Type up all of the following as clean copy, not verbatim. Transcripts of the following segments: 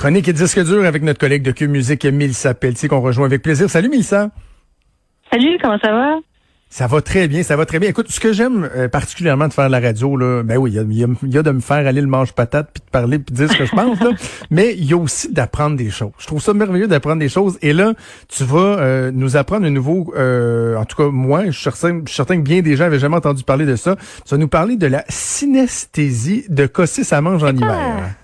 Chronique et disque dur avec notre collègue de Cube Musique, Mélissa Pelletier, qu'on rejoint avec plaisir. Salut Mélissa. Salut, comment ça va? Ça va très bien, ça va très bien. Écoute, ce que j'aime particulièrement de faire de la radio, là, ben oui, il y a de me faire aller le mange-patate, puis de parler, puis de dire ce que je pense, là, mais il y a aussi d'apprendre des choses. Je trouve ça merveilleux d'apprendre des choses. Et là, tu vas nous apprendre un nouveau, en tout cas moi, je suis certain que bien des gens avaient jamais entendu parler de ça. Tu vas nous parler de la synesthésie de casser sa manche en hiver.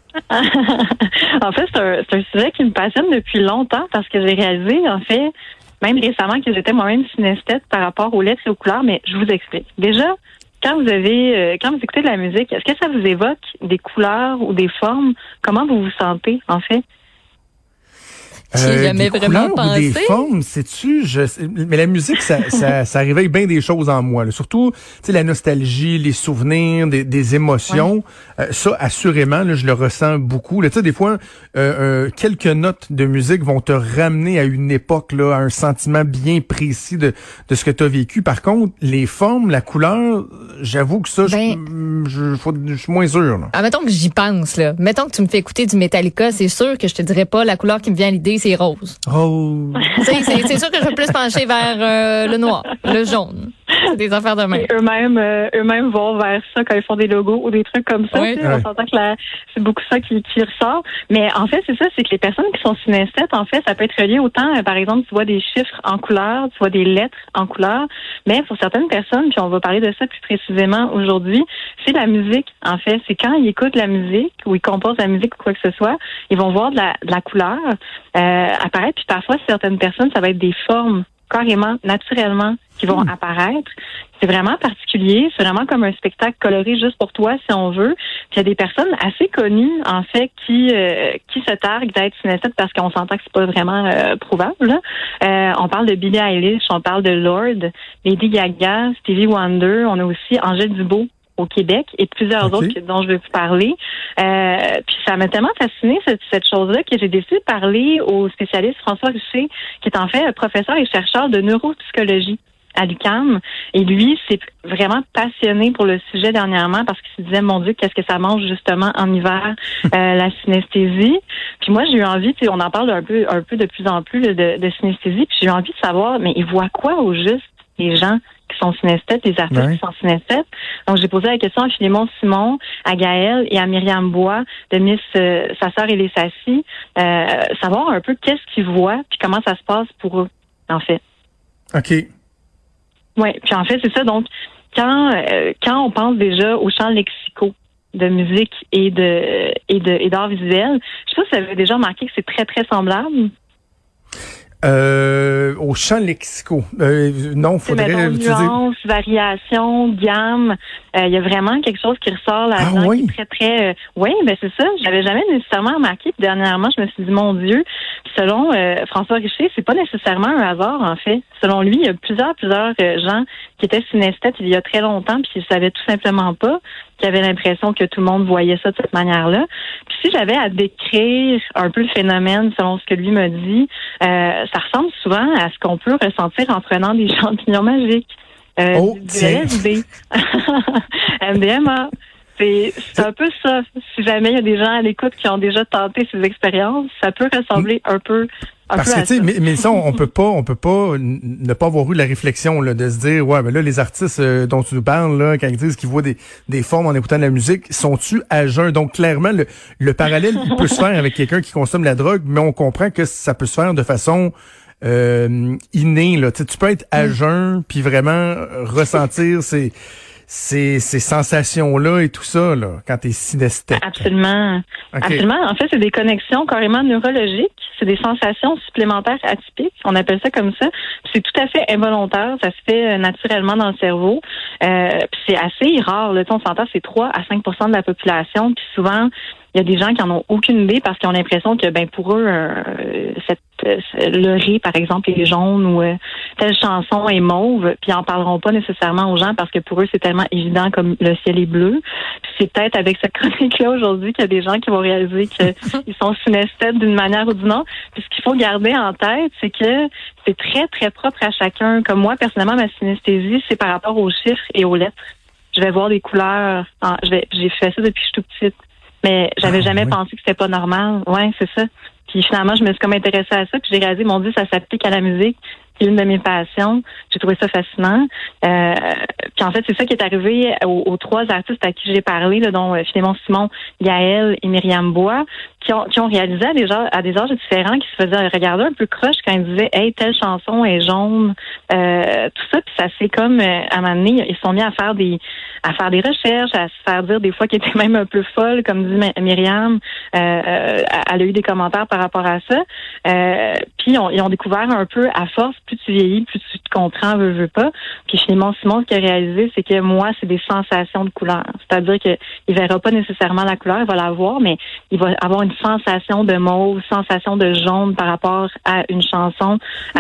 En fait, c'est un sujet qui me passionne depuis longtemps parce que j'ai réalisé, en fait, même récemment, que j'étais moi-même synesthète par rapport aux lettres et aux couleurs, mais je vous explique. Déjà, quand vous écoutez de la musique, est-ce que ça vous évoque des couleurs ou des formes? Comment vous vous sentez, en fait? J'ai jamais vraiment pensé. Des formes, sais-tu, mais la musique, ça réveille bien des choses en moi, là. Surtout, tu sais, la nostalgie, les souvenirs, des émotions. Ouais. Ça, assurément, là, je le ressens beaucoup. Tu sais, des fois, quelques notes de musique vont te ramener à une époque, là, à un sentiment bien précis de ce que tu as vécu. Par contre, les formes, la couleur, j'avoue que ça, je suis moins sûr, là. Ah, mettons que j'y pense, là. Mettons que tu me fais écouter du Metallica, c'est sûr que je te dirais pas la couleur qui me vient à l'idée, c'est rose. Oh. C'est sûr que je vais plus pencher vers le noir, le jaune. C'est des affaires de même. Eux-mêmes vont vers ça quand ils font des logos ou des trucs comme ça. Oui. On s'entend que c'est beaucoup ça qui ressort. Mais en fait, c'est ça, c'est que les personnes qui sont synesthètes, en fait, ça peut être relié autant, par exemple, tu vois des chiffres en couleur, tu vois des lettres en couleur. Mais pour certaines personnes, puis on va parler de ça plus précisément aujourd'hui, c'est la musique, en fait. C'est quand ils écoutent la musique ou ils composent la musique ou quoi que ce soit, ils vont voir de la couleur apparaître. Puis parfois, certaines personnes, ça va être des formes carrément, naturellement, qui vont apparaître. C'est vraiment particulier. C'est vraiment comme un spectacle coloré juste pour toi, si on veut. Puis il y a des personnes assez connues, en fait, qui se targuent d'être synesthètes parce qu'on s'entend que c'est pas vraiment prouvable, là. On parle de Billie Eilish, on parle de Lorde, Lady Gaga, Stevie Wonder. On a aussi Angèle Dubois au Québec et plusieurs autres dont je vais vous parler. Puis ça m'a tellement fasciné cette chose-là que j'ai décidé de parler au spécialiste François Richer, qui est en fait professeur et chercheur de neuropsychologie à l'UQAM. Et lui, s'est vraiment passionné pour le sujet dernièrement parce qu'il se disait, mon Dieu, qu'est-ce que ça mange justement en hiver, la synesthésie. Puis moi, j'ai eu envie, on en parle un peu de plus en plus de synesthésie, puis j'ai eu envie de savoir, mais ils voient quoi au juste, les gens qui sont synesthètes, les artistes qui sont synesthètes. Donc, j'ai posé la question à Philémon Simon, à Gaëlle et à Myriam Bois de Miss Sa sœur Elé Sassi, savoir un peu qu'est-ce qu'ils voient puis comment ça se passe pour eux, en fait. OK. Oui, puis en fait, c'est ça. Donc, quand on pense déjà aux champs lexicaux de musique et d'art visuel, je sais pas si vous avez déjà remarqué que c'est très, très semblable. Au champ lexicaux. Non, faudrait... Nuance, variation, gamme. Il y a vraiment quelque chose qui ressort là-dedans qui est très, très... oui, ben c'est ça. Je l'avais jamais nécessairement remarqué. Puis dernièrement, je me suis dit, mon Dieu. Puis selon François Richer, c'est pas nécessairement un hasard, en fait. Selon lui, il y a plusieurs gens qui étaient synesthètes il y a très longtemps puis qui savaient tout simplement pas, qui avaient l'impression que tout le monde voyait ça de cette manière-là. Puis si j'avais à décrire un peu le phénomène selon ce que lui me dit, ça ressemble souvent à ce qu'on peut ressentir en prenant des champignons magiques. Du LSD, MDMA. C'est un peu ça. Si jamais il y a des gens à l'écoute qui ont déjà tenté ces expériences, ça peut ressembler un peu parce que tu sais, mais ça, on peut pas ne pas avoir eu la réflexion là, de se dire ouais, ben là les artistes dont tu nous parles là, quand ils disent qu'ils voient des formes en écoutant de la musique, sont-tu à jeun? Donc clairement, le parallèle il peut se faire avec quelqu'un qui consomme la drogue, mais on comprend que ça peut se faire de façon innée là. Tu peux être à jeun puis vraiment ressentir ces sensations-là et tout ça, là, quand t'es synesthète. Absolument. Okay. Absolument. En fait, c'est des connexions carrément neurologiques. C'est des sensations supplémentaires atypiques. On appelle ça comme ça. Puis c'est tout à fait involontaire. Ça se fait naturellement dans le cerveau. Puis c'est assez rare. Là. On s'entend, c'est 3 à 5 % de la population. Puis souvent, il y a des gens qui en ont aucune idée parce qu'ils ont l'impression que, ben, pour eux, le riz, par exemple, est jaune ou telle chanson est mauve, puis ils en parleront pas nécessairement aux gens parce que pour eux, c'est tellement évident comme le ciel est bleu. Puis c'est peut-être avec cette chronique-là aujourd'hui qu'il y a des gens qui vont réaliser qu'ils sont synesthètes d'une manière ou d'une autre. Puis ce qu'il faut garder en tête, c'est que c'est très, très propre à chacun. Comme moi, personnellement, ma synesthésie, c'est par rapport aux chiffres et aux lettres. Je vais voir des couleurs. J'ai fait ça depuis que je suis toute petite. Mais j'avais jamais pensé que c'était pas normal. Ouais, c'est ça. Puis finalement, je me suis comme intéressée à ça, puis j'ai réalisé, mon Dieu, ça s'applique à la musique, qui est une de mes passions. J'ai trouvé ça fascinant. Puis en fait, c'est ça qui est arrivé aux trois artistes à qui j'ai parlé, là, dont Philémon Simon, Gaël et Myriam Bois, qui ont réalisé à des âges différents, qui se faisaient regarder un peu croche quand ils disaient « Hey, telle chanson est jaune », tout ça. Puis ça s'est comme, à un moment donné, ils se sont mis à faire des recherches, à se faire dire des fois qu'ils étaient même un peu folles, comme dit Myriam. Elle a eu des commentaires par rapport à ça. Puis ils ont découvert un peu, à force, plus tu vieillis, plus tu te comprends, veux pas. Puis Philémon Simon, ce qu'il a réalisé, c'est que moi, c'est des sensations de couleur. C'est-à-dire que il verra pas nécessairement la couleur, il va la voir, mais il va avoir une sensation de mauve, sensation de jaune par rapport à une chanson,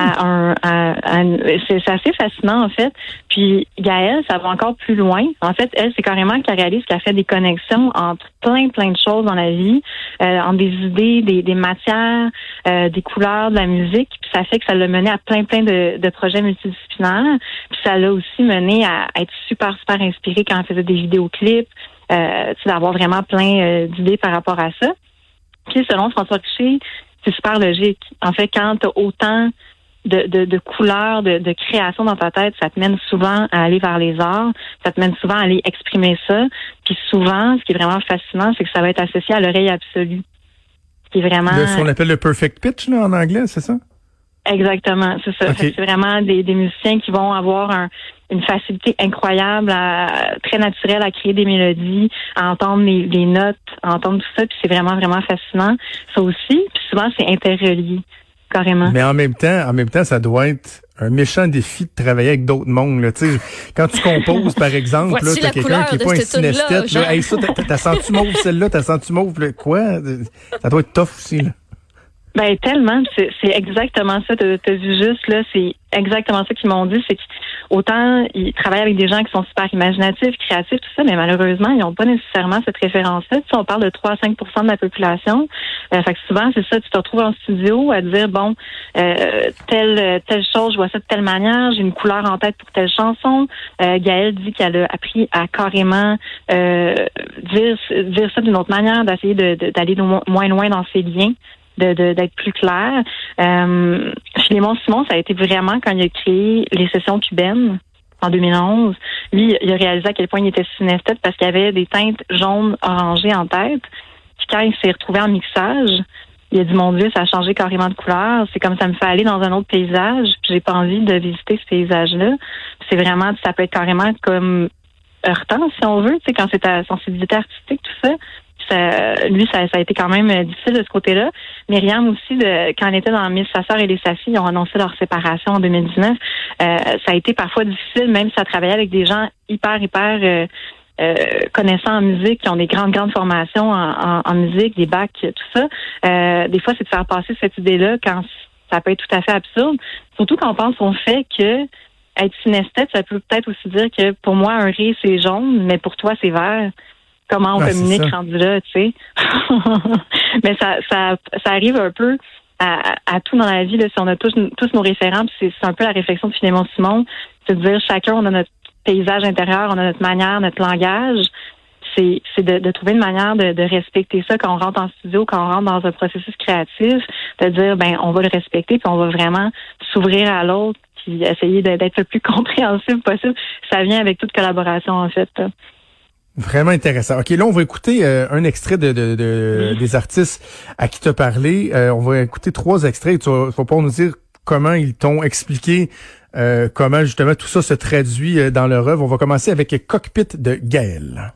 c'est assez fascinant, en fait. Puis Gaëlle, ça va encore plus loin. En fait, elle, c'est carrément qu'elle réalise qu'elle fait des connexions entre plein de choses dans la vie, entre des idées, des matières, des couleurs, de la musique. Puis ça fait que ça l'a mené à plein de projets multidisciplinaires. Puis ça l'a aussi mené à être super inspirée quand elle faisait des vidéoclips, d'avoir vraiment plein d'idées par rapport à ça. Puis selon François Richer, c'est super logique. En fait, quand tu as autant de couleurs, de création dans ta tête, ça te mène souvent à aller vers les arts, ça te mène souvent à aller exprimer ça. Puis souvent, ce qui est vraiment fascinant, c'est que ça va être associé à l'oreille absolue. Qui est vraiment ce qu'on appelle le perfect pitch là, en anglais, c'est ça? Exactement, c'est ça. Okay. C'est vraiment des musiciens qui vont avoir une facilité incroyable, très naturelle à créer des mélodies, à entendre les notes, à entendre tout ça, puis c'est vraiment fascinant. Ça aussi, puis souvent c'est interrelié, carrément. Mais en même temps, ça doit être un méchant défi de travailler avec d'autres mondes. Là. Tu sais, quand tu composes, par exemple, là, t'as quelqu'un qui est pas un synesthète. Là, hey, ça, t'as senti mauve celle-là, t'as senti mauve quoi? Ça doit être tough aussi, là. Ben tellement, c'est exactement ça. T'as vu juste là, c'est exactement ça qu'ils m'ont dit, c'est qu'autant ils travaillent avec des gens qui sont super imaginatifs, créatifs, tout ça, mais malheureusement ils n'ont pas nécessairement cette référence-là. Tu sais, on parle de 3 à 5% de la population. Fait que souvent c'est ça, tu te retrouves en studio à dire bon, telle chose, je vois ça de telle manière, j'ai une couleur en tête pour telle chanson. Gaëlle dit qu'elle a appris à carrément dire ça d'une autre manière, d'essayer d'aller moins loin dans ses liens. D'être plus clair. Philémon Simon, ça a été vraiment quand il a créé les sessions cubaines en 2011. Lui, il a réalisé à quel point il était synesthète parce qu'il avait des teintes jaunes orangées en tête. Puis quand il s'est retrouvé en mixage, il a dit mon Dieu, ça a changé carrément de couleur. C'est comme ça me fait aller dans un autre paysage. J'ai pas envie de visiter ce paysage-là. C'est vraiment, ça peut être carrément comme heurtant si on veut, tu sais, quand c'est ta sensibilité artistique, tout ça. Ça a été quand même difficile de ce côté-là. Myriam aussi, quand elle était dans Miss Sa sœur et les Sa fille, ils ont annoncé leur séparation en 2019. Ça a été parfois difficile, même si elle travaillait avec des gens hyper connaissants en musique, qui ont des grandes formations en musique, des bacs, tout ça. Des fois, c'est de faire passer cette idée-là quand ça peut être tout à fait absurde. Surtout quand on pense au fait que être synesthète, ça peut peut-être aussi dire que pour moi, un riz, c'est jaune, mais pour toi, c'est vert. Comment on communique rendu là, tu sais. Mais ça arrive un peu à tout dans la vie. Là, si on a tous nos référents, puis c'est un peu la réflexion de Philémon Simon, c'est de dire chacun, on a notre paysage intérieur, on a notre manière, notre langage. C'est de trouver une manière de respecter ça quand on rentre en studio, quand on rentre dans un processus créatif, de dire, ben on va le respecter, puis on va vraiment s'ouvrir à l'autre, puis essayer d'être le plus compréhensible possible. Ça vient avec toute collaboration, en fait. Vraiment intéressant. OK, là, on va écouter un extrait des artistes à qui tu as parlé. On va écouter 3 extraits. Tu vas pouvoir nous dire comment ils t'ont expliqué comment, justement, tout ça se traduit dans leur œuvre. On va commencer avec Cockpit de Gaëlle.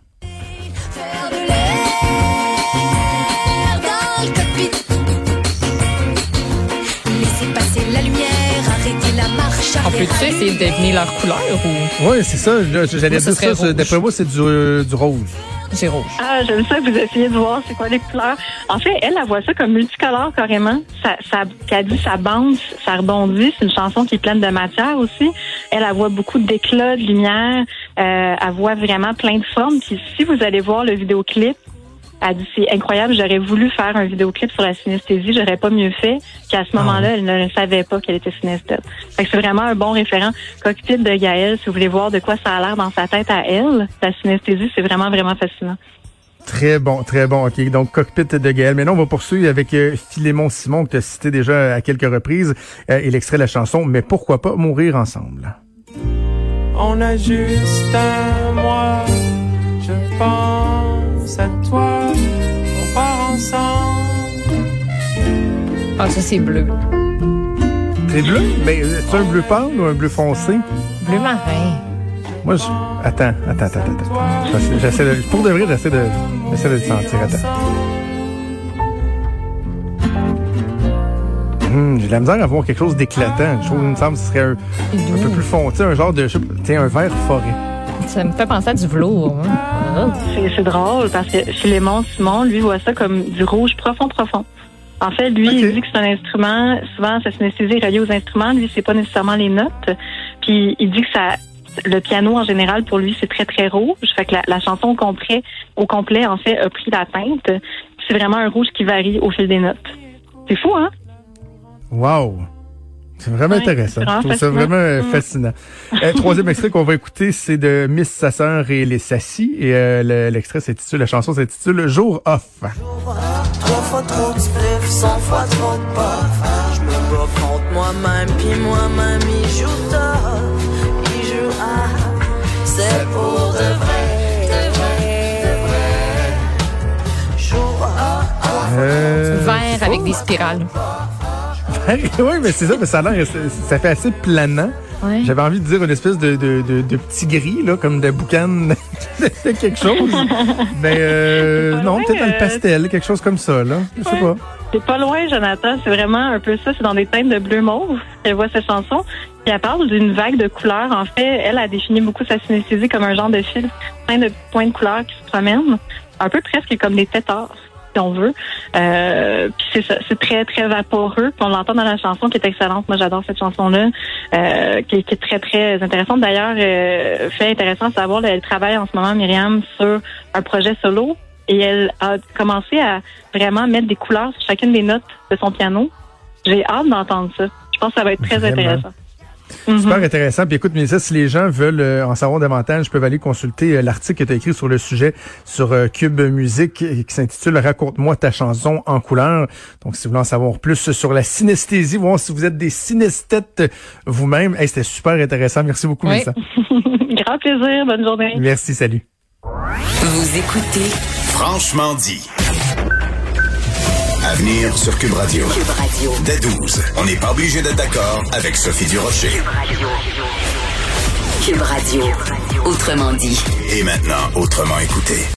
On peut-tu essayer de deviner leur couleur ou? Oui, c'est ça. J'allais dire ça. D'après moi, c'est du rose. C'est rouge. Ah, j'aime ça que vous essayez de voir c'est quoi les couleurs. En fait, elle voit ça comme multicolore carrément. Qu'elle dit ça bounce, ça rebondit. C'est une chanson qui est pleine de matière aussi. Elle voit beaucoup d'éclats, de lumière. Elle voit vraiment plein de formes. Puis si vous allez voir le vidéoclip, elle dit c'est incroyable, j'aurais voulu faire un vidéoclip sur la synesthésie, j'aurais pas mieux fait qu'à ce moment-là, elle ne savait pas qu'elle était synesthète. Fait que c'est vraiment un bon référent. Cockpit de Gaëlle, si vous voulez voir de quoi ça a l'air dans sa tête à elle, la synesthésie, c'est vraiment fascinant. Très bon. OK, donc Cockpit de Gaël. Maintenant, on va poursuivre avec Philémon Simon, que tu as cité déjà à quelques reprises, et l'extrait de la chanson « Mais pourquoi pas mourir ensemble ». On a juste un mois, je pense à toi, on part ensemble. Ah, ça, c'est bleu. C'est bleu? Mais c'est un bleu pâle ou un bleu foncé? Bleu marin. Moi, Attends. J'essaie de... Pour de vrai, j'essaie de le sentir. Attends. J'ai de la misère à voir quelque chose d'éclatant. Je trouve, il me semble que ce serait un peu plus foncé, un genre de... un vert forêt. Ça me fait penser à du velours. Hein? C'est drôle parce que Philémon Simon, lui, voit ça comme du rouge profond. En fait, lui, il dit que c'est un instrument, souvent, sa synesthésie est reliée aux instruments. Lui, c'est pas nécessairement les notes. Puis, il dit que le piano, en général, pour lui, c'est très, très rouge. Fait que la chanson au complet, en fait, a pris la teinte. C'est vraiment un rouge qui varie au fil des notes. C'est fou, hein? Wow! C'est vraiment intéressant. Je trouve ça vraiment fascinant. Troisième extrait qu'on va écouter, c'est de Miss Sa Sœur et les Sassy. Et la chanson s'intitule Jour off. 3 fois trop de spliff, 100 fois trop de puff. Je me bats contre moi-même, puis moi-même il joue tough, il joue c'est pour de vrai. Jour off. Vert avec des spirales. Oui, mais c'est ça, mais ça fait assez planant. Ouais. J'avais envie de dire une espèce de petit gris, là, comme de boucan de quelque chose. Mais non, peut-être dans le pastel, quelque chose comme ça, là. Je sais pas. C'est pas loin, Jonathan. C'est vraiment un peu ça. C'est dans des teintes de bleu mauve qu'elle voit cette chanson. Puis elle parle d'une vague de couleurs. En fait, elle a défini beaucoup sa synesthésie comme un genre de fil, plein de points de couleurs qui se promènent. Un peu presque comme des tétards, si on veut. Puis c'est ça, c'est très, très vaporeux. Puis on l'entend dans la chanson qui est excellente. Moi, j'adore cette chanson-là, qui est très, très intéressante. D'ailleurs, fait intéressant de savoir, elle travaille en ce moment, Myriam, sur un projet solo. Et elle a commencé à vraiment mettre des couleurs sur chacune des notes de son piano. J'ai hâte d'entendre ça. Je pense que ça va être très intéressant. Super intéressant. Puis écoute, Mélissa, si les gens veulent en savoir davantage, peuvent aller consulter l'article que tu as écrit sur le sujet sur Cube Musique qui s'intitule « Raconte-moi ta chanson en couleur ». Donc, si vous voulez en savoir plus sur la synesthésie, voir si vous êtes des synesthètes vous-même. Hey, c'était super intéressant. Merci beaucoup, Mélissa. Grand plaisir. Bonne journée. Merci. Salut. Vous écoutez Franchement dit. À venir sur Cube Radio. Cube Radio. Dès 12. On n'est pas obligé d'être d'accord avec Sophie Durocher. Cube Radio. Autrement dit. Et maintenant, autrement écouté.